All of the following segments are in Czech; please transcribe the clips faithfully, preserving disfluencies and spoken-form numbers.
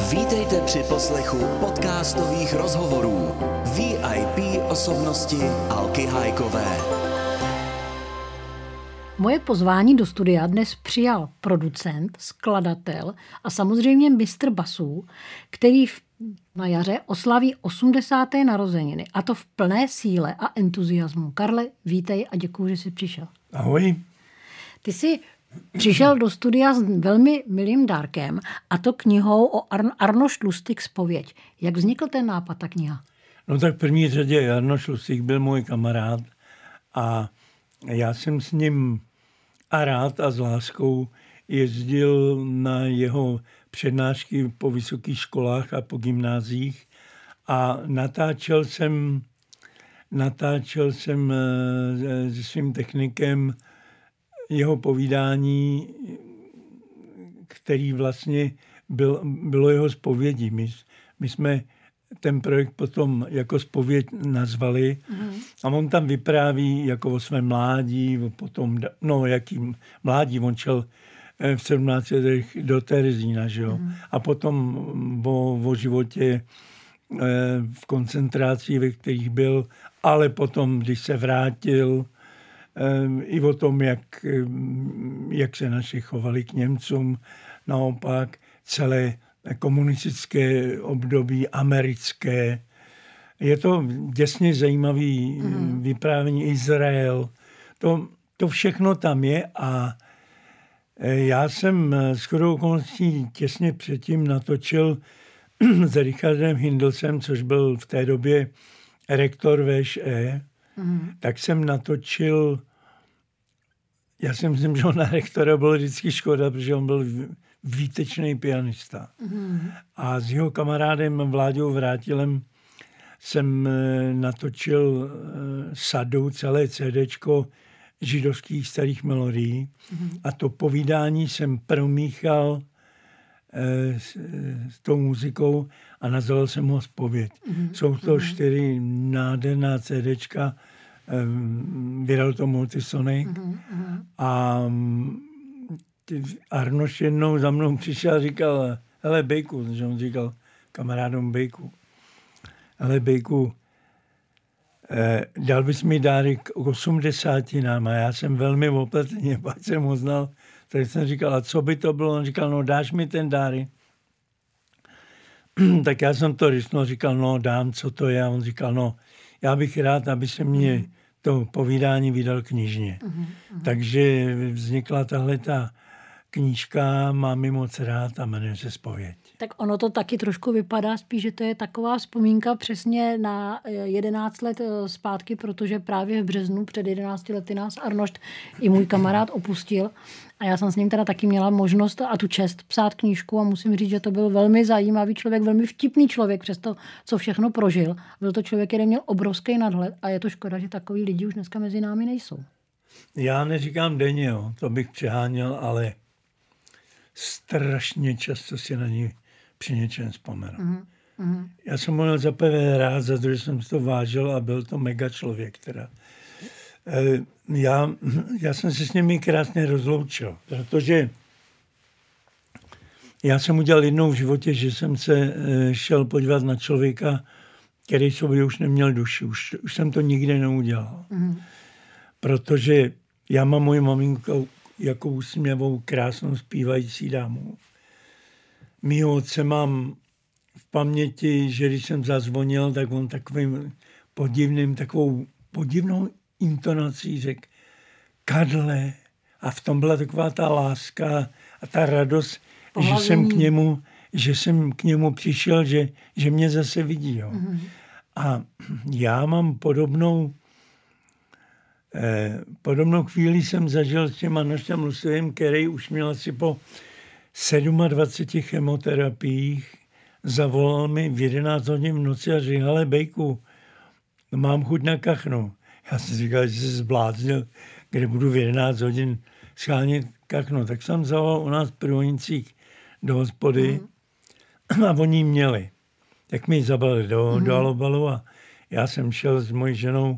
Vítejte při poslechu podcastových rozhovorů V I P osobnosti Alky Hájkové. Moje pozvání do studia dnes přijal producent, skladatel a samozřejmě mistr basů, který v, na jaře oslaví osmdesáté narozeniny. A to v plné síle a entuziasmu. Karle, vítej a děkuji, že jsi přišel. Ahoj. Ty jsi přišel do studia s velmi milým dárkem, a to knihou o Ar- Arnošt Lustig Zpověď. Jak vznikl ten nápad, ta kniha? No tak v první řadě Arnošt Lustig byl můj kamarád a já jsem s ním a rád a s láskou jezdil na jeho přednášky po vysokých školách a po gymnáziích a natáčel jsem, natáčel jsem se svým technikem jeho povídání, který vlastně byl, bylo jeho zpovědí. My, my jsme ten projekt potom jako zpověď nazvali mm. a on tam vypráví jako o svém mládí, potom, no jakým mládí, on šel v sedmnácti letech do Terezína, že jo, mm. a potom o, o životě v koncentracích, ve kterých byl, ale potom, když se vrátil, i o tom, jak, jak se naši chovali k Němcům, naopak celé komunistické období, americké. Je to děsně zajímavý mm. vyprávění Izrael. To, to všechno tam je a já jsem shodou okolností těsně předtím natočil s Richardem Hindelsem, což byl v té době rektor V Š E, mm. tak jsem natočil, já si myslím, že on na rektora bylo vždycky škoda, protože on byl výtečný pianista. Mm. A s jeho kamarádem Vláďou Vrátilem jsem natočil sadu, celé CDčko židovských starých melodií. Mm. A to povídání jsem promíchal eh, s, s tou muzikou a nazval jsem ho Zpověď. Mm. Jsou to mm. čtyři nádherná CDčka, eh, vydal to Multisony mm. a Arnošt jednou za mnou přišel a říkal, hele Bejku, že on říkal kamarádům Bejku, hele Bejku, eh, dal bys mi dárek k osmdesátinám a já jsem velmi opletně, pak jsem ho znal, tak jsem říkal, a co by to bylo? On říkal, no dáš mi ten dárek? Tak já jsem to rysnul, říkal, no dám, co to je? A on říkal, no já bych rád, aby se mě mm. to povídání vydal knižně. Mm, mm. Takže vznikla tahle ta knížka, mám ji moc rád a jmenuje se Zpověď. Tak ono to taky trošku vypadá spíš, že to je taková vzpomínka přesně na jedenáct let zpátky, protože právě v březnu před jedenácti lety nás Arnošt i můj kamarád opustil a já jsem s ním teda taky měla možnost a tu čest psát knížku a musím říct, že to byl velmi zajímavý člověk, velmi vtipný člověk přes to, co všechno prožil. Byl to člověk, který měl obrovský nadhled a je to škoda, že takový lidi už dneska mezi námi nejsou. Já neříkám denně, jo, to bych přeháněl, ale strašně často si na ní při něčem vzpomenu. Mm-hmm. Já jsem měl za prvé rád, za druhé jsem si to vážil a byl to mega člověk. Teda. Já, já jsem se s nimi krásně rozloučil, protože já jsem udělal jednou v životě, že jsem se šel podívat na člověka, který sobě už neměl duši. Už, už jsem to nikdy neudělal. Mm-hmm. Protože já mám moji maminku jako úsměvou, krásnou, zpívající dámu. Mýho otce mám v paměti, že když jsem zazvonil, tak on takovým podivným, takovou podivnou intonací řekl Karle. A v tom byla taková ta láska a ta radost, že jsem k němu, že jsem k němu přišel, že, že mě zase vidí. Jo. Mm-hmm. A já mám podobnou Eh, podobnou chvíli jsem zažil s tím Arnoštem Lustigem, který už měl asi po dvaceti sedmi chemoterapiích, zavolal mi v jedenáct hodin v noci a říkal, ale Bejku, mám chuť na kachnu. Já jsem říkal, že se zbláznil, kde budu v jedenáct hodin schánět kachnu. Tak jsem zavolal u nás v Průhonicích do hospody mm. a oni měli. Tak mi ji zabalili do, mm. do alobalu a já jsem šel s mojí ženou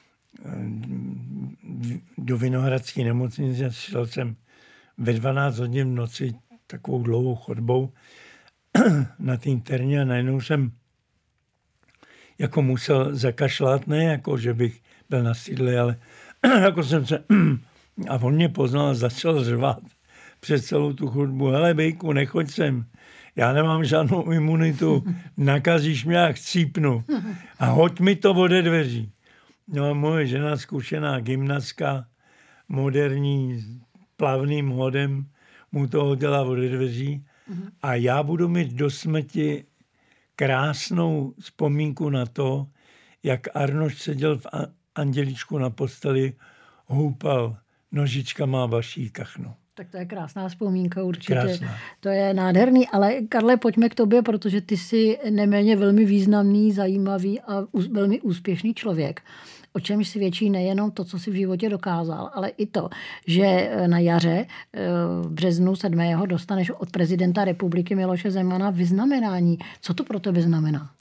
do Vinohradské nemocnice. Šel jsem ve dvanáct hodin v noci takovou dlouhou chodbou na té interně a najednou jsem jako musel zakašlat, ne jako, že bych byl na sídle, ale jako jsem se... A on mě poznal a začal řvat přes celou tu chodbu. Hele, bejku, nechoď sem. Já nemám žádnou imunitu, nakazíš mě a chcípnu. A hoď mi to ode dveří. No a moje žena, zkušená gymnastka, moderní, plavným hodem, mu to hodila ode dveří. A já budu mít do smrti krásnou vzpomínku na to, jak Arnošt seděl v Anděličku na posteli, houpal nožičkama vaší kachnu. Tak to je krásná vzpomínka určitě. Krásná. To je nádherný, ale Karle, pojďme k tobě, protože ty jsi neméně velmi významný, zajímavý a velmi úspěšný člověk. O čemž svědčí nejenom to, co si v životě dokázal, ale i to, že na jaře v březnu sedmého dostaneš od prezidenta republiky Miloše Zemana vyznamenání. Co to pro tebe znamená?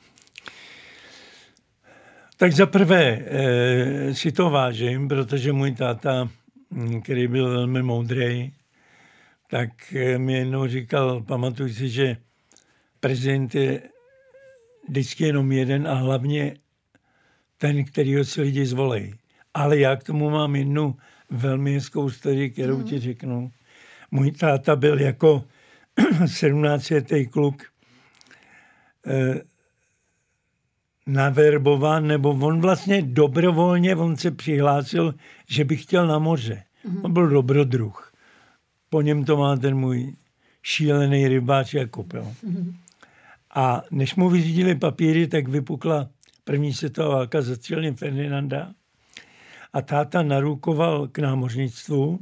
Tak za prvé e, si to vážím, protože můj táta, který byl velmi moudrý, tak mi jednou říkal, pamatuj si, že prezident je vždycky jenom jeden a hlavně ten, kterýho si lidi zvolej. Ale já k tomu mám jednu velmi hezkou story, kterou mm. ti řeknu. Můj táta byl jako sedmnáctiletý kluk eh, naverbován, nebo on vlastně dobrovolně, on se přihlásil, že by chtěl na moře. Mm. On byl dobrodruh. Po něm to má ten můj šílený rybáč jako pil. Mm. A než mu vyřídili papíry, tak vypukla první světová válka, zastřelili Ferdinanda a táta narukoval k námořnictvu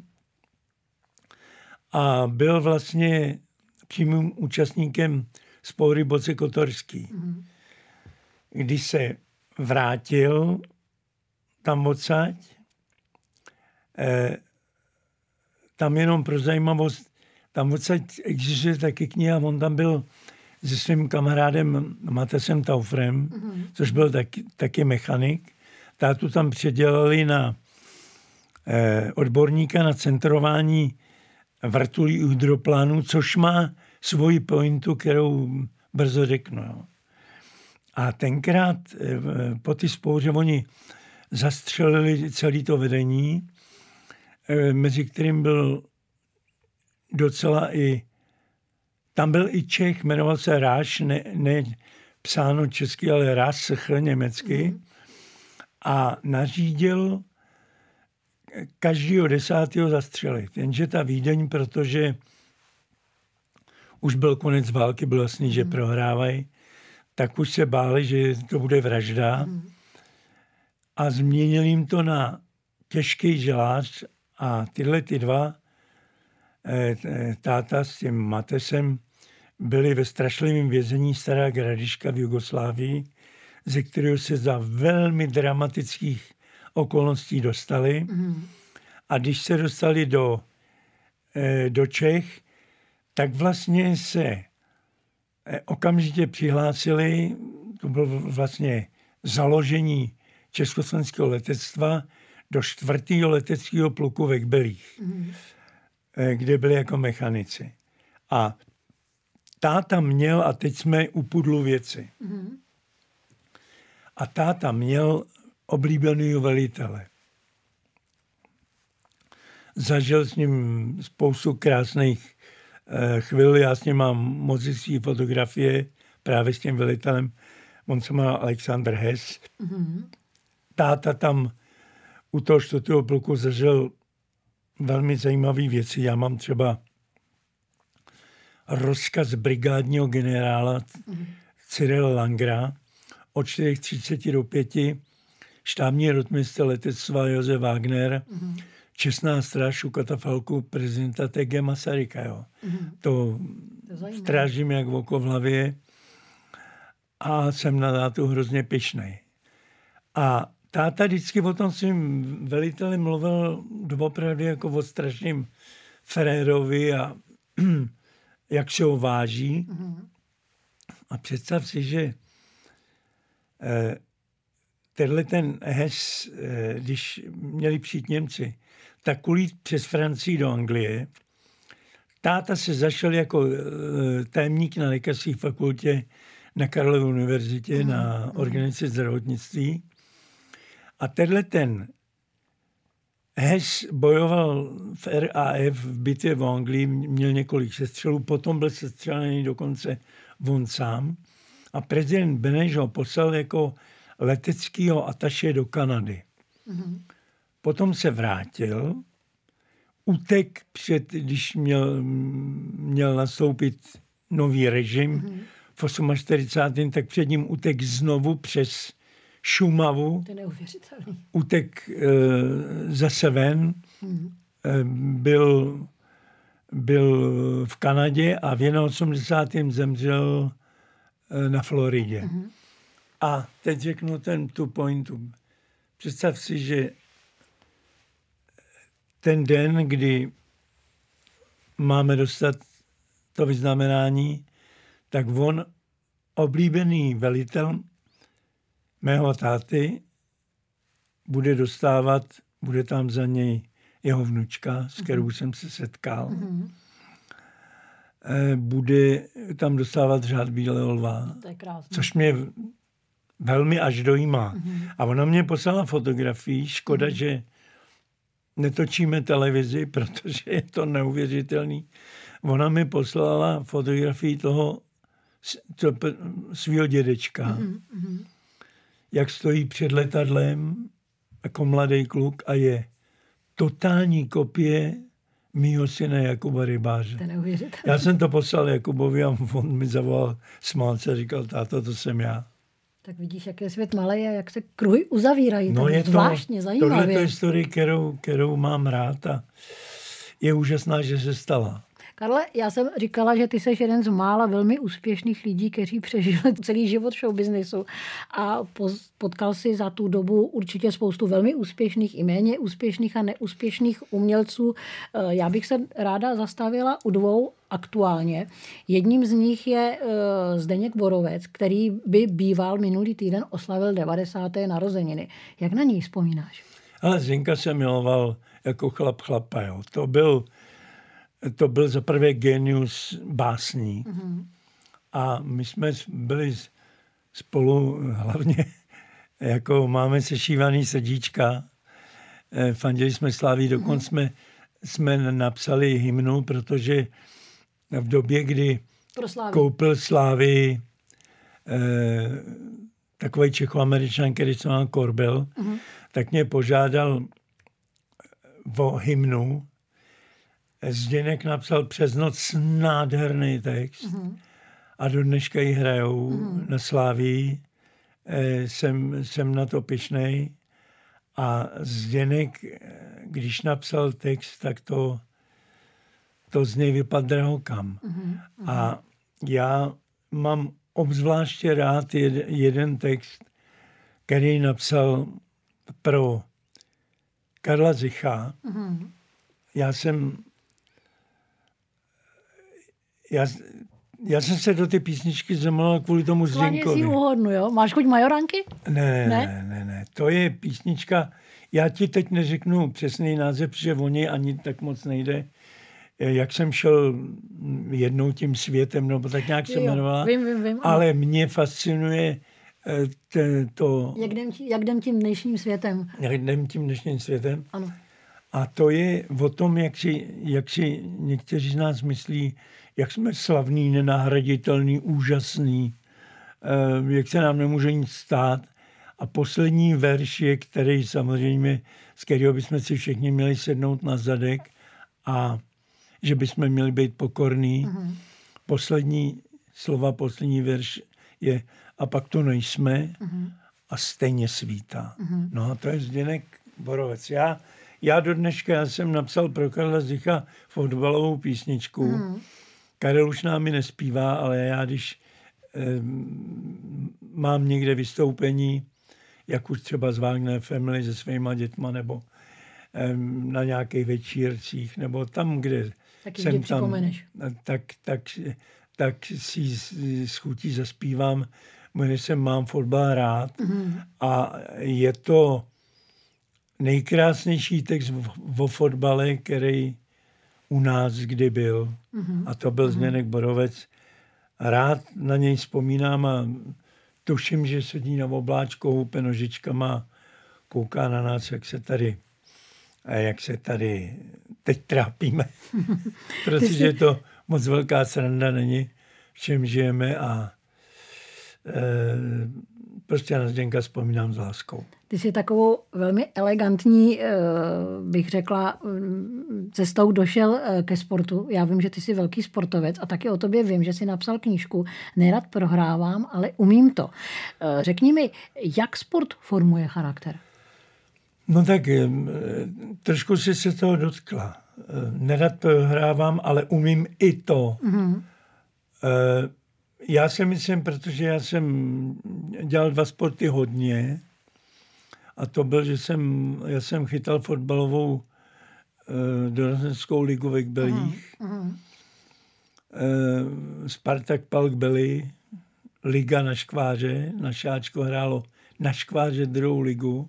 a byl vlastně přímým účastníkem spory Boce Kotorský. Mm. Když se vrátil tam odsaď, eh, tam jenom pro zajímavost, tam odsaď existuje taky kniha, on tam byl se svým kamarádem Matesem Taufrem, mm-hmm. což byl taky, taky mechanik. Tátu tam předělali na eh, odborníka na centrování vrtulí hydroplánů, což má svoji pointu, kterou brzo řeknu. Jo. A tenkrát eh, po ty spouře oni zastřelili celé to vedení, eh, mezi kterým byl docela i tam byl i Čech, jmenoval se Ráš, ne, ne psáno česky, ale Ráš německy. Mm. A nařídil každýho desátého zastřelit. Jenže ta Vídeň, protože už byl konec války, byl jasný, mm. že prohrávají, tak už se báli, že to bude vražda. Mm. A změnili jim to na těžký želář a tyhle ty dva táta s tím Matesem byli ve strašlivém vězení Stará Gradiška v Jugoslávii, ze kterého se za velmi dramatických okolností dostali. Mm. A když se dostali do, do Čech, tak vlastně se okamžitě přihlásili, to bylo vlastně založení československého letectva, do čtvrtého leteckého pluku ve Kbelích. Mm. Kde byli jako mechanici. A táta měl, a teď jsme u pudlu věci, mm-hmm. a táta měl oblíbenýho velitele. Zažil s ním spoustu krásných eh, chvil, já s ním mám moc hezký fotografie právě s tím velitelem, on se má Alexander Hess. Mm-hmm. Táta tam u toho čtvrtého pluku zažil velmi zajímavé věci. Já mám třeba rozkaz brigádního generála mm. Cyrila Langra od čtyři třicet do pěti, štábní rotmistr letectva Josef Wagner, mm. čestná stráž u katafalku prezidenta T G Masaryka. Jo. Mm. To, to strážím jak oko v hlavě a jsem na tátu hrozně pyšnej. A táta vždycky o tom svým veliteli mluvil doopravdy jako o strašným Ferrerovi a jak se ho váží. Mm-hmm. A představ si, že eh, tenhle ten Hess, eh, když měli přijít Němci, tak kulít přes Francii do Anglie, táta se zašel jako tajemník na lékařské fakultě na Karlově univerzitě, mm. na organizaci zdravotnictví. A tenhle ten Hess bojoval v R A F v bitvě v Anglii, měl několik sestřelů, potom byl sestřelený dokonce on sám. A prezident Beneš ho poslal jako leteckýho ataše do Kanady. Mm-hmm. Potom se vrátil, utek před, když měl, měl nastoupit nový režim mm-hmm. v čtyřicátém osmém tak před ním utek znovu přes Šumavu. To je neuvěřitelný. Utek e, zase ven, mm-hmm. e, byl, byl v Kanadě a v osmdesátém prvním zemřel e, na Floridě. Mm-hmm. A teď řeknu ten, tu pointu. Představ si, že ten den, kdy máme dostat to vyznamenání, tak on, oblíbený velitel mého táty, bude dostávat, bude tam za něj jeho vnučka, s kterou mm-hmm. jsem se setkal. Mm-hmm. Bude tam dostávat řád Bílého lva. To je krásné. Což mě velmi až dojímá. Mm-hmm. A ona mě poslala fotografii, škoda, mm-hmm. že netočíme televizi, protože je to neuvěřitelný. Ona mi poslala fotografii toho svého dědečka, mm-hmm. jak stojí před letadlem jako mladý kluk a je totální kopie mýho syna Jakuba Rybáře. To je neuvěřitelný. Já jsem to poslal Jakubovi a on mi zavolal, smál se a říkal, táto, to jsem já. Tak vidíš, jak je svět malý a jak se kruhy uzavírají. No je to zvláštně zajímavě. Tohle je historie, kterou, kterou mám rád a je úžasná, že se stala. Karle, já jsem říkala, že ty jsi jeden z mála velmi úspěšných lidí, kteří přežili celý život v showbiznesu a potkal si za tu dobu určitě spoustu velmi úspěšných i méně úspěšných a neúspěšných umělců. Já bych se ráda zastavila u dvou aktuálně. Jedním z nich je Zdeněk Borovec, který by býval minulý týden oslavil devadesáté narozeniny. Jak na něj vzpomínáš? Ale Zdenka se miloval jako chlap chlapa. Jo. To byl To byl za prvé genius básní. Mm-hmm. A my jsme byli spolu hlavně, jako máme sešívaný srdíčka. Fandili jsme Slavii, dokonce mm-hmm. jsme, jsme napsali hymnu, protože v době, kdy koupil Slavii eh, takový Čechoameričan, který se jmenoval Korbel, mm-hmm. tak mě požádal o hymnu. Zdeněk napsal přes noc nádherný text mm-hmm. a do dneška ji hrajou mm-hmm. na Slavii. E, jsem, jsem na to pyšnej. A Zdeněk, když napsal text, tak to, to z něj vypadl drahokam. Mm-hmm. A já mám obzvláště rád jed, jeden text, který napsal pro Karla Zicha. Mm-hmm. Já jsem Já, já jsem se do ty písničky zamlal kvůli tomu Zdenkovi. Skláně si uhodnu, jo? Máš chuť majoránky? Ne, ne, ne, ne. To je písnička, já ti teď neřeknu přesný název, protože o něj ani tak moc nejde. Jak jsem šel jednou tím světem, nebo tak nějak se jmenovala. Vím, vím, vím. Ale mě fascinuje to... Jak jdem, tí, jak jdem tím dnešním světem. Jak jdem tím dnešním světem. Ano. A to je o tom, jak si, jak si někteří z nás myslí, jak jsme slavný, nenahraditelný, úžasný, jak se nám nemůže nic stát. A poslední verš je, který samozřejmě, z kterého bychom si všichni měli sednout na zadek a že bychom měli být pokorní. Mm-hmm. Poslední slova, poslední verš je a pak tu nejsme mm-hmm. a stejně svítá. Mm-hmm. No a to je Zdeněk Borovec. Já, já do dneška já jsem napsal pro Karla Zicha fotbalovou písničku. Mm-hmm. Karel už nám ji nespívá, ale já když eh, mám někde vystoupení, jak už třeba z Wagner Family se svýma dětma, nebo eh, na nějakých večírcích, nebo tam, kde taky jsem tam, tak, tak, tak si s chutí zaspívám, jmenuje se Mám fotbal rád. Mm-hmm. A je to nejkrásnější text o fotbale, který u nás kdy byl. Mm-hmm. A to byl mm-hmm. Zdeněk Borovec. Rád na něj vzpomínám a tuším, že sedí na obláčku, houpe nožičkama, kouká na nás, jak se tady, a jak se tady teď trápíme. Protože je to moc velká sranda, není v čem žijeme a e, prostě na Zdenka vzpomínám s láskou. Ty jsi takovou velmi elegantní, bych řekla, cestou došel ke sportu. Já vím, že ty jsi velký sportovec a taky o tobě vím, že jsi napsal knížku Nerad prohrávám, ale umím to. Řekni mi, jak sport formuje charakter? No tak trošku si se toho dotkla. Nerad prohrávám, ale umím i to. Mm-hmm. Já si myslím, protože já jsem dělal dva sporty hodně, a to byl, že jsem, já jsem chytal fotbalovou uh, dorostenskou ligu ve Kbelích. Uh-huh. Uh, Spartak Palk Bely, liga na Škváře. Na Šáčko hrálo na Škváře druhou ligu.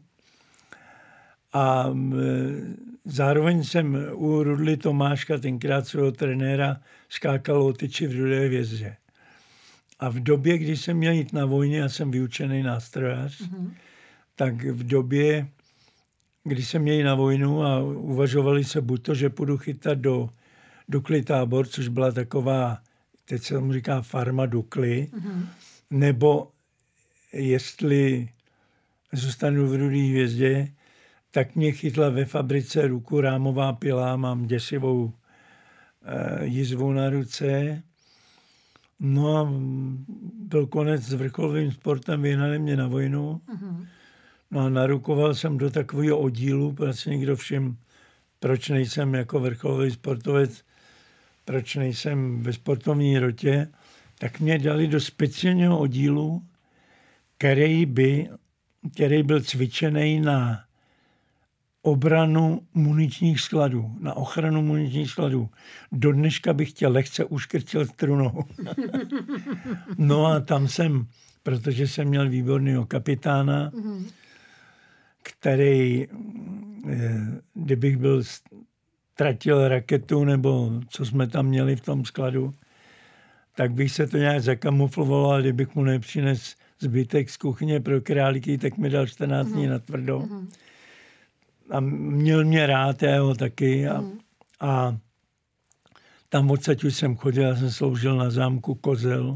A uh, zároveň jsem u Rudly Tomáška, tenkrát svého trenéra, skákal o tyči v Rudé hvězdě. A v době, kdy jsem měl jít na vojně, já jsem vyučený nástrojař, uh-huh. tak v době, kdy jsem měl na vojnu a uvažovali se buď to, že půjdu chytat do Dukly Tábor, což byla taková, teď se tomu říká farma Dukly, mm-hmm. nebo jestli zůstanu v Rudé hvězdě, tak mě chytla ve fabrice ruku rámová pila, mám děsivou e, jizvu na ruce. No a byl konec s vrcholovým sportem, vyhnali mě na vojnu. Mm-hmm. No a narukoval jsem do takového oddílu, protože si někdo všim, proč nejsem jako vrcholový sportovec, proč nejsem ve sportovní rotě, tak mě dali do speciálního oddílu, který, by, který byl cvičený na obranu muničních skladů, na ochranu muničních skladů. Do dneška bych tě lehce uškrtil strunou. No a tam jsem, protože jsem měl výborného kapitána, mm-hmm. který, kdybych byl ztratil raketu, nebo co jsme tam měli v tom skladu, tak bych se to nějak zakamuflovalo, ale kdybych mu nepřines zbytek z kuchyně pro králíky, tak mi dal čtrnáct dní na tvrdo. A měl mě rád, já ho taky. A, a tam odsaď už jsem chodil, já jsem sloužil na zámku Kozel.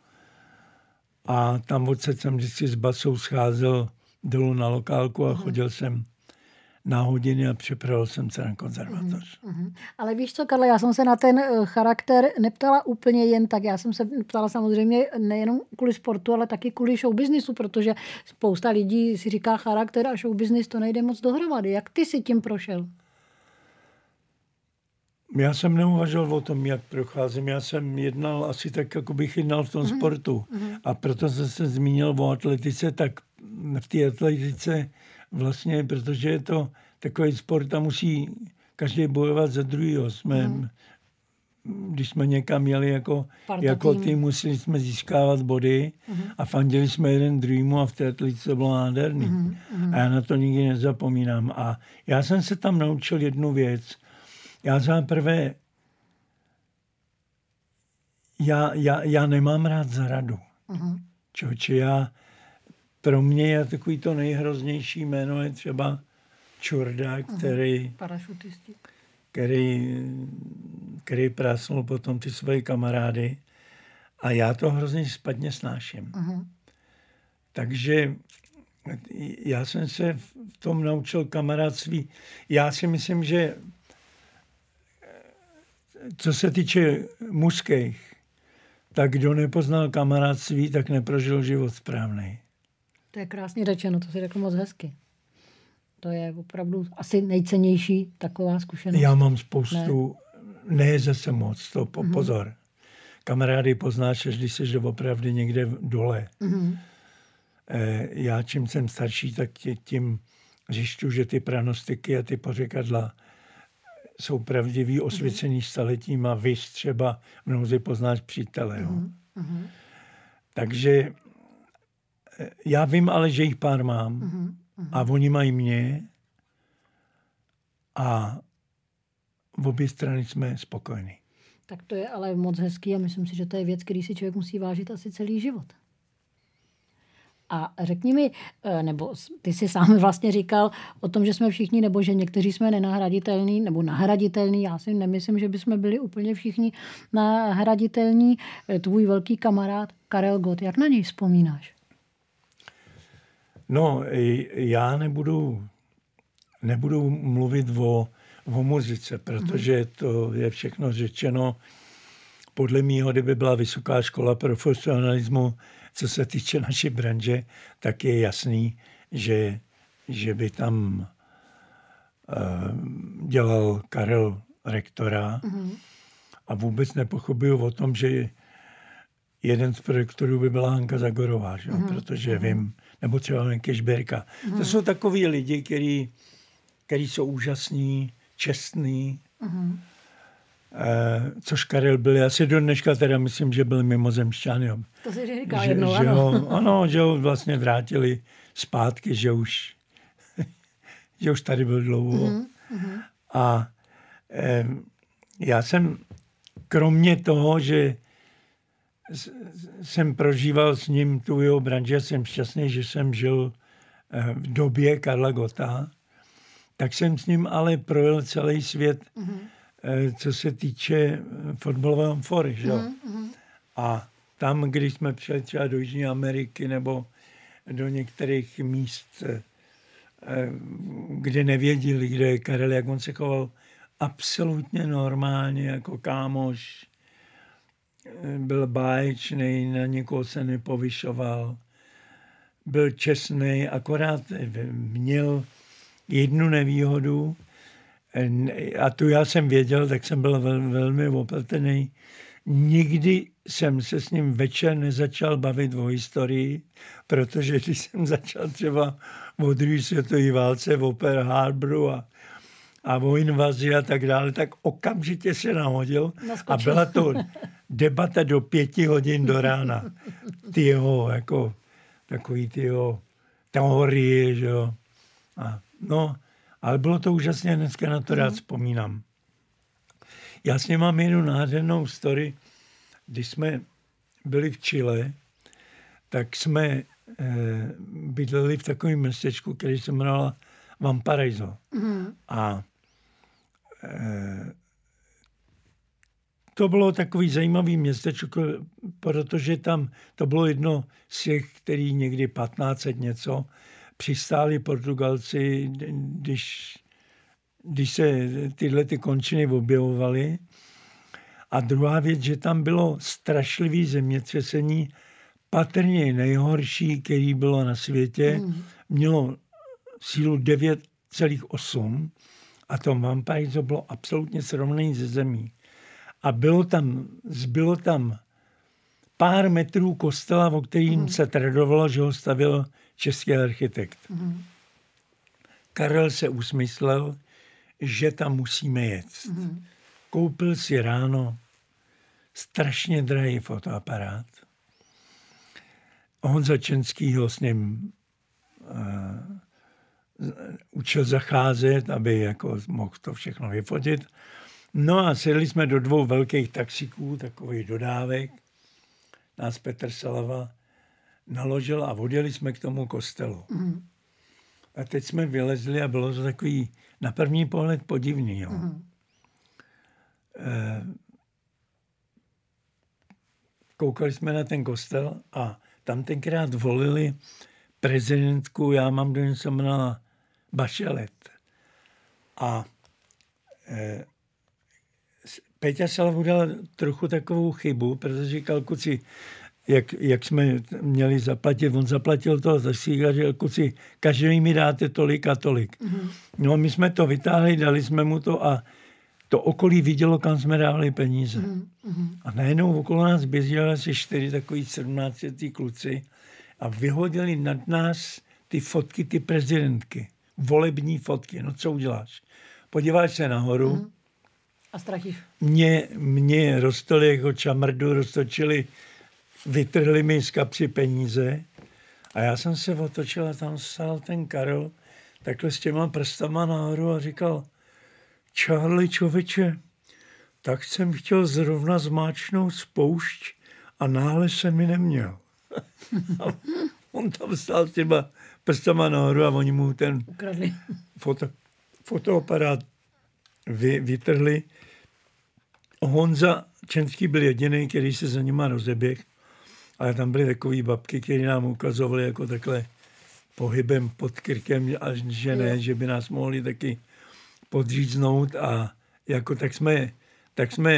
A tam odsaď jsem vždycky s basou scházel dolů na lokálku a chodil jsem na hodiny a připravil jsem se na konzervatoř. Mm-hmm. Ale víš co, Karle, já jsem se na ten charakter neptala úplně jen tak. Já jsem se ptala samozřejmě nejenom kvůli sportu, ale taky kvůli showbiznisu, protože spousta lidí si říká charakter a showbiznis to nejde moc dohromady. Jak ty si tím prošel? Já jsem neuvažoval o tom, jak procházím. Já jsem jednal asi tak, jako bych jednal v tom mm-hmm. sportu. Mm-hmm. A proto jsem se zmínil o atletice, tak v té atletice vlastně, protože je to takový sport a musí každý bojovat za druhýho. Jsme, mm. Když jsme někam jeli jako, jako tým, museli jsme získávat body mm. a fandili jsme jeden druhýmu a v té atletice bylo nádherný. Mm. A já na to nikdy nezapomínám. A já jsem se tam naučil jednu věc. Já zaprvé já, já, já nemám rád zradu. Mm. Čoče, já pro mě je takový to nejhroznější jméno je třeba Čurda, který, který, který prásnul potom ty svoje kamarády a já to hrozně špatně snáším. Uh-huh. Takže já jsem se v tom naučil kamarádství. Já si myslím, že co se týče mužských, tak kdo nepoznal kamarádství, tak neprožil život správnej. To je krásně řečeno, to si řekl moc hezky. To je opravdu asi nejcennější taková zkušenost. Já mám spoustu, ne, ne zase moc, to po, mm-hmm. pozor. Kamarády poznáš, až když jsi opravdu někde dole. Mm-hmm. E, já čím jsem starší, tak tím zjišťuji, že ty pranostiky a ty pořekadla jsou pravdivý, osvěcený mm-hmm. staletíma a víš, třeba mnohdy poznáš přítele. Mm-hmm. Takže já vím ale, že jich pár mám mm-hmm. a oni mají mě a v obě strany jsme spokojení. Tak to je ale moc hezký a myslím si, že to je věc, který si člověk musí vážit asi celý život. A řekni mi, nebo ty jsi sám vlastně říkal o tom, že jsme všichni, nebo že někteří jsme nenahraditelní, nebo nahraditelní. Já si nemyslím, že bychom byli úplně všichni nahraditelní. Tvůj velký kamarád Karel Gott, jak na něj vzpomínáš? No, já nebudu, nebudu mluvit o, o muzice, protože to je všechno řečeno. Podle mýho, kdyby byla vysoká škola profesionalismu, co se týče naší branže, tak je jasný, že, že by tam uh, dělal Karel rektora mm-hmm. a vůbec nepochybuju o tom, že jeden z projektorů by byla Hanka Zagorová, že? Mm-hmm. protože mm-hmm. vím, nebo třeba Lenky Žbírka. Mm-hmm. To jsou takový lidi, který, který jsou úžasní, čestní, mm-hmm. Uh, což Karel byl, já si do dneška teda myslím, že byl mimozemšťan. Jo. To si říká že, jednou, že ano. Ho, ano, že ho vlastně vrátili zpátky, že už, že už tady byl dlouho. Mm-hmm. A um, já jsem, kromě toho, že jsem prožíval s ním tu jeho branži, jsem šťastný, že jsem žil v době Karla Gotta, tak jsem s ním ale projel celý svět, mm-hmm. co se týče fotbalového amfory. Že? Mm-hmm. A tam, když jsme přijeli třeba do Jižní Ameriky nebo do některých míst, kde nevěděli, kde je Karel, jak on se choval absolutně normálně, jako kámoš, byl báječný, na někoho se nepovyšoval, byl čestný, akorát měl jednu nevýhodu, a tu já jsem věděl, tak jsem byl vel, velmi opatrný. Nikdy jsem se s ním večer nezačal bavit o historii, protože když jsem začal třeba o druhé světové válce, o Pearl Harboru a, a o invazi a tak dále, tak okamžitě se nahodil Naskočil. A byla to debata do pěti hodin do rána. Ty jeho, jako takový ty jeho teorie, že jo. A, no, ale bylo to úžasně, dneska na to rád vzpomínám. Já s ním mám jednu nádhernou story. Když jsme byli v Chile, tak jsme eh, bydleli v takovém městečku, který se jmenovala Valparaíso. Mm. A eh, to bylo takový zajímavý městečko, protože tam to bylo jedno z těch, který někdy patnáct set něco přistáli Portugalci, když, když se tyhle ty končiny objevovaly. A druhá věc, že tam bylo strašlivý zemětřesení, patrně nejhorší, který bylo na světě. Mm. Mělo sílu devět celá osm a to Valparaíso bylo absolutně srovnané ze zemí. A bylo tam, zbylo tam pár metrů kostela, o kterým mm. se tradovalo, že ho stavil český architekt. Mm. Karel se usmyslel, že tam musíme jet. Mm. Koupil si ráno strašně drahý fotoaparát. Honza Čenský ho s ním uh, učil zacházet, aby jako mohl to všechno vyfotit. No a sedli jsme do dvou velkých taxíků, takových dodávek. Nás Petr Salava naložil a odjeli jsme k tomu kostelu. Mm. A teď jsme vylezli a bylo to takový na první pohled podivný. Jo. Mm. E, koukali jsme na ten kostel a tam tenkrát volili prezidentku, já mám do něco jmenovala Bachelet. A e, Peťa Salava udělal trochu takovou chybu, protože říkal, kuci, jak, jak jsme měli zaplatit, on zaplatil to, tak si říkal, kuci, každý mi dáte tolik a tolik. Mm-hmm. No my jsme to vytáhli, dali jsme mu to a to okolí vidělo, kam jsme dávali peníze. Mm-hmm. A najednou okolo nás běželi asi čtyři takový sedmnáctiletí kluci a vyhodili nad nás ty fotky, ty prezidentky. Volební fotky. No co uděláš? Podíváš se nahoru, mm-hmm. A ztratíš. Mě, mě roztoli jako čamrdu, roztočili, vytrhli mi z kapsy peníze a já jsem se otočil a tam stál ten Karel takhle s těma prstama nahoru a říkal, Charlie, člověče, tak jsem chtěl zrovna zmáčknout spoušť a náhle se mi neměl. On tam stál s těma prstama nahoru a oni mu ten foto, fotoaparát vy, vytrhli. Honza Čenský byl jediný, který se za nima rozeběh, ale tam byly takové babky, které nám ukazovaly jako takhle pohybem pod krkem, a že ne, že by nás mohli taky podříznout a jako tak jsme, tak jsme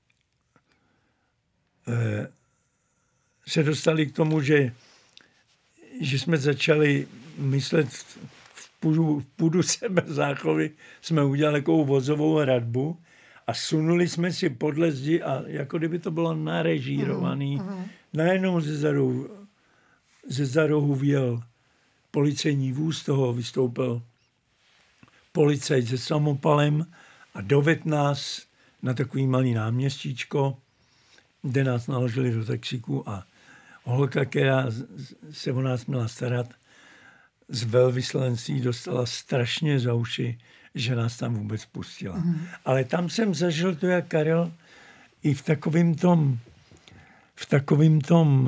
eh, se dostali k tomu, že, že jsme začali myslet v půdu, v půdu sebe záchovy, jsme udělali takovou vozovou hradbu a sunuli jsme si podle zdi a jako kdyby to bylo narežírovaný. Uh-huh. Najednou ze zarohu, ze zarohu vjel policejní vůz, toho vystoupil policajt se samopalem a dovedl nás na takový malý náměstíčko, kde nás naložili do taxíku a holka, která se o nás měla starat, z velvyslanství dostala strašně za uši, že nás tam vůbec pustila. Mm. Ale tam jsem zažil to, jak Karel i v takovým tom v takovým tom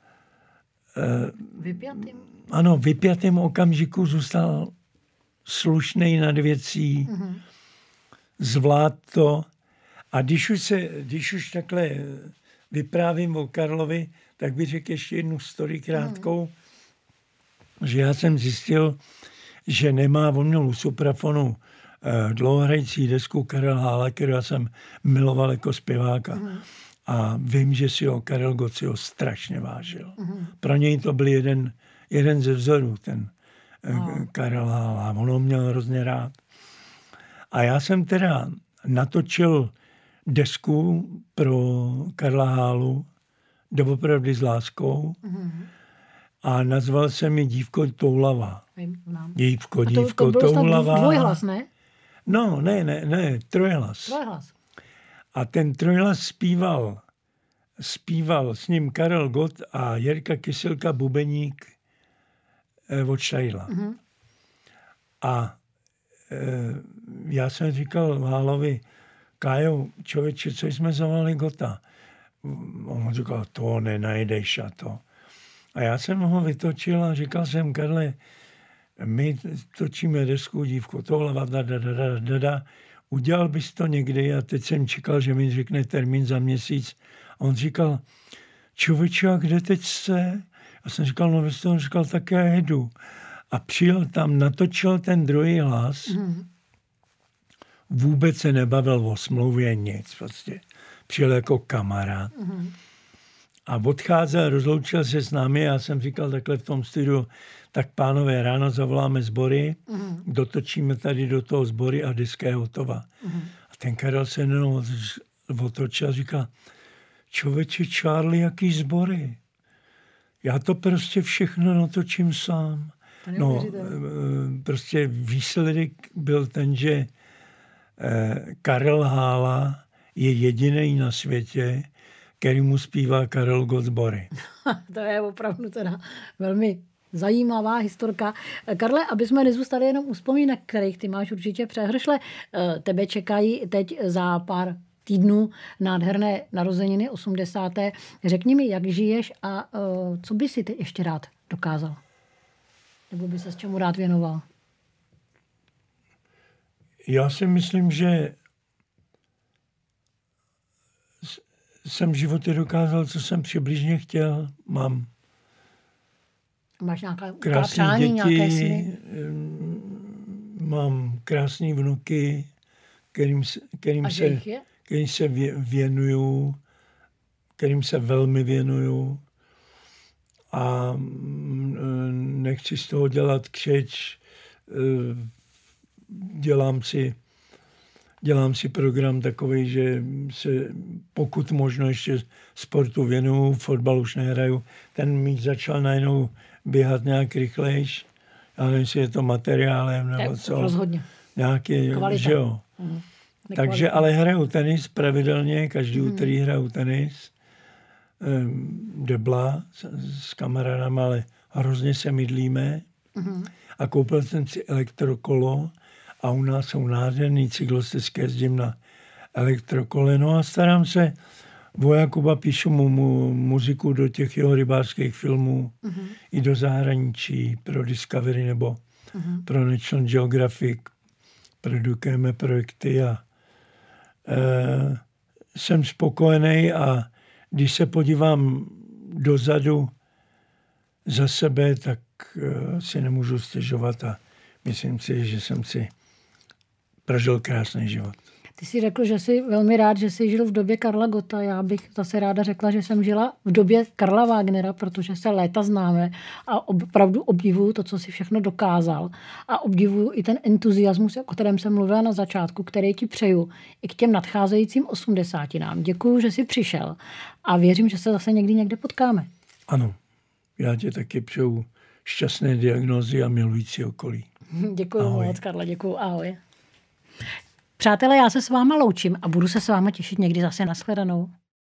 eh, vypjatým? Ano, vypjatým okamžiku zůstal slušnej nad věcí, mm. zvlád to. A když už, se, když už takhle vyprávím o Karlovi, tak bych řekl ještě jednu story krátkou, mm. že já jsem zjistil, že nemá, on měl u Suprafonu eh, dlouhohrající desku Karel Hála, kterou já jsem miloval jako zpěváka. Mm. A vím, že si ho Karel Gott si ho strašně vážil. Mm. Pro něj to byl jeden, jeden ze vzorů, ten eh, oh. Karel Hála. On ho měl hrozně rád. A já jsem teda natočil desku pro Karla Hálu Doopravdy s láskou mm. a nazval jsem ji Dívko toulava. Dívko, dívko to, to toulava. Dvojhlas, ne? No, ne, ne, ne, trojhlas. Trojhlas. A ten trojhlas zpíval, zpíval s ním Karel Gott a Jirka Kyselka bubeník eh, od Štajdla. Mm-hmm. A eh, já jsem říkal Hálovi, Kájo, člověče, co jsme zavolali Gotta? On říkal, to nenajdeš a to. A já jsem ho vytočil a říkal jsem, Karle, my točíme desku Dívko toulava, da, da, da, da, da, da. Udělal bys to někdy? A teď jsem čekal, že mi řekne termín za měsíc. A on říkal, člověče, a kde teď jste? A jsem říkal, no vy jste on říkal, tak já jedu. A přijel tam, natočil ten druhý hlas. Mm. Vůbec se nebavil o smlouvě, nic prostě. Přijel jako kamarád. Mm. A odcházel, rozloučil se s námi. Já jsem říkal takhle v tom studiu, tak pánové, ráno zavoláme sbory, mm. dotočíme tady do toho sbory a deska je hotová. Mm. A ten Karel se jenom otočil a říká, člověče, Charlie, jaký sbory? Já to prostě všechno natočím sám. No, prostě výsledek byl ten, že Karel Hála je jediný na světě, který mu zpívá Karel Gott sbory. To je opravdu teda velmi zajímavá historka. Karle, aby jsme nezůstali jenom u vzpomínek, kterých ty máš určitě přehršle, tebe čekají teď za pár týdnů nádherné narozeniny osmdesáté. Řekni mi, jak žiješ a co by si ty ještě rád dokázal? Nebo by se s čemu rád věnoval? Já si myslím, že jsem v životě dokázal, co jsem přibližně chtěl. Mám Máš nějaká krásné přání, děti, nějaké sny? Mám krásné vnuky, kterým, kterým, se, kterým se věnuju, kterým se velmi věnuju. A nechci z toho dělat křeč. Dělám si, dělám si program takový, že se pokud možno ještě sportu věnuju, fotbal už nehraju. Ten míč začal najednou běhat nějak rychlejš. Já nevím, jestli je to materiálem nebo co. Rozhodně. Nějaký, že jo. Mm. Takže ale hraju tenis pravidelně, každý mm. úterý hraju tenis. Debla s, s kamarádama, ale hrozně se mydlíme. Mm. A koupil jsem si elektrokolo a u nás jsou nádherný cyklostezky, jezdím na elektrokoleno a starám se o Jakuba, píšu mu, mu muziku do těch jeho rybářských filmů, uh-huh. i do zahraničí, pro Discovery nebo uh-huh. pro National Geographic. Produkujeme projekty a e, jsem spokojený a když se podívám dozadu za sebe, tak e, si nemůžu stěžovat a myslím si, že jsem si prožil krásný život. Ty jsi řekl, že jsi velmi rád, že jsi žil v době Karla Gotta. Já bych zase ráda řekla, že jsem žila v době Karla Wagnera, protože se léta známe a opravdu obdivuju to, co si všechno dokázal. A obdivuju i ten entuziasmus, o kterém jsem mluvila na začátku, který ti přeju i k těm nadcházejícím osmdesátinám. Děkuju, že jsi přišel a věřím, že se zase někdy někde potkáme. Ano, já tě taky přeju šťastné diagnózy a milující okolí. Děkuju moc, Karla, děkuju. Ahoj. Přátelé, já se s váma loučím a budu se s váma těšit někdy zase. Nashledanou.